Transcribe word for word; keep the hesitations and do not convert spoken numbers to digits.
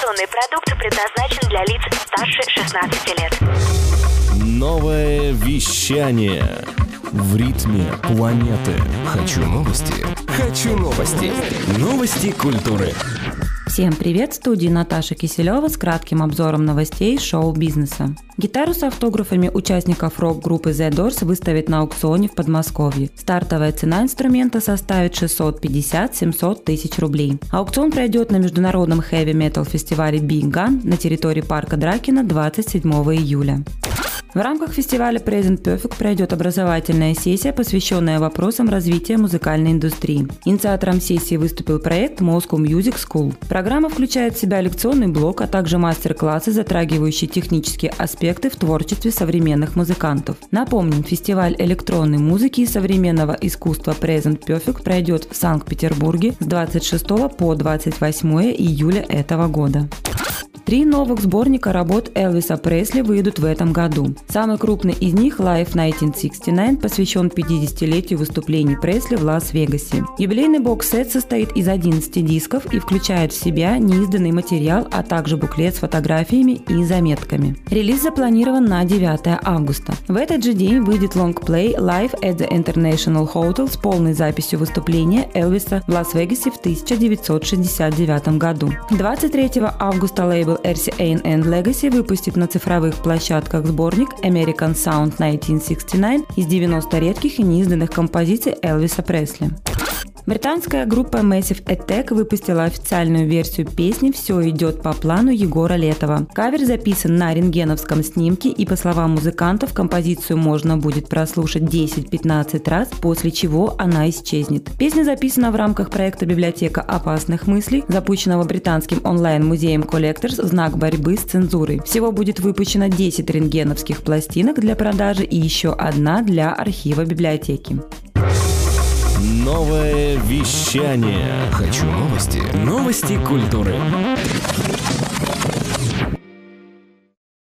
Информационный продукт предназначен для лиц старше шестнадцати лет. Новое вещание в ритме планеты. Хочу новости. Хочу новости. Новости культуры. Всем привет! В студии Наташа Киселева с кратким обзором новостей шоу-бизнеса. Гитару с автографами участников рок-группы The Doors выставят на аукционе в Подмосковье. Стартовая цена инструмента составит шестьсот пятьдесят - семьсот тысяч рублей. Аукцион пройдет на международном хэви-метал фестивале Big Gun на территории парка Дракина двадцать седьмого июля. В рамках фестиваля Present Perfect пройдет образовательная сессия, посвященная вопросам развития музыкальной индустрии. Инициатором сессии выступил проект Moscow Music School. Программа включает в себя лекционный блок, а также мастер-классы, затрагивающие технические аспекты в творчестве современных музыкантов. Напомним, фестиваль электронной музыки и современного искусства Present Perfect пройдет в Санкт-Петербурге с двадцать шестого по двадцать восьмое июля этого года. Три новых сборника работ Элвиса Пресли выйдут в этом году. Самый крупный из них, Live тысяча девятьсот шестьдесят девять, посвящен пятидесятилетию выступлений Пресли в Лас-Вегасе. Юбилейный бокс-сет состоит из одиннадцати дисков и включает в себя неизданный материал, а также буклет с фотографиями и заметками. Релиз запланирован на девятое августа. В этот же день выйдет лонгплей Live at the International Hotel с полной записью выступления Элвиса в Лас-Вегасе в тысяча девятьсот шестьдесят девятом году. двадцать третьего августа лейбл эр си эй энд Legacy выпустит на цифровых площадках сборник American Sound тысяча девятьсот шестьдесят девять из девяноста редких и неизданных композиций Элвиса Пресли. Британская группа Massive Attack выпустила официальную версию песни «Все идет по плану» Егора Летова. Кавер записан на рентгеновском снимке, и, по словам музыкантов, композицию можно будет прослушать десять-пятнадцать раз, после чего она исчезнет. Песня записана в рамках проекта «Библиотека опасных мыслей», запущенного британским онлайн-музеем Collectors в знак борьбы с цензурой. Всего будет выпущено десять рентгеновских пластинок для продажи и еще одна для архива библиотеки. Новое вещание. Хочу новости. Новости культуры.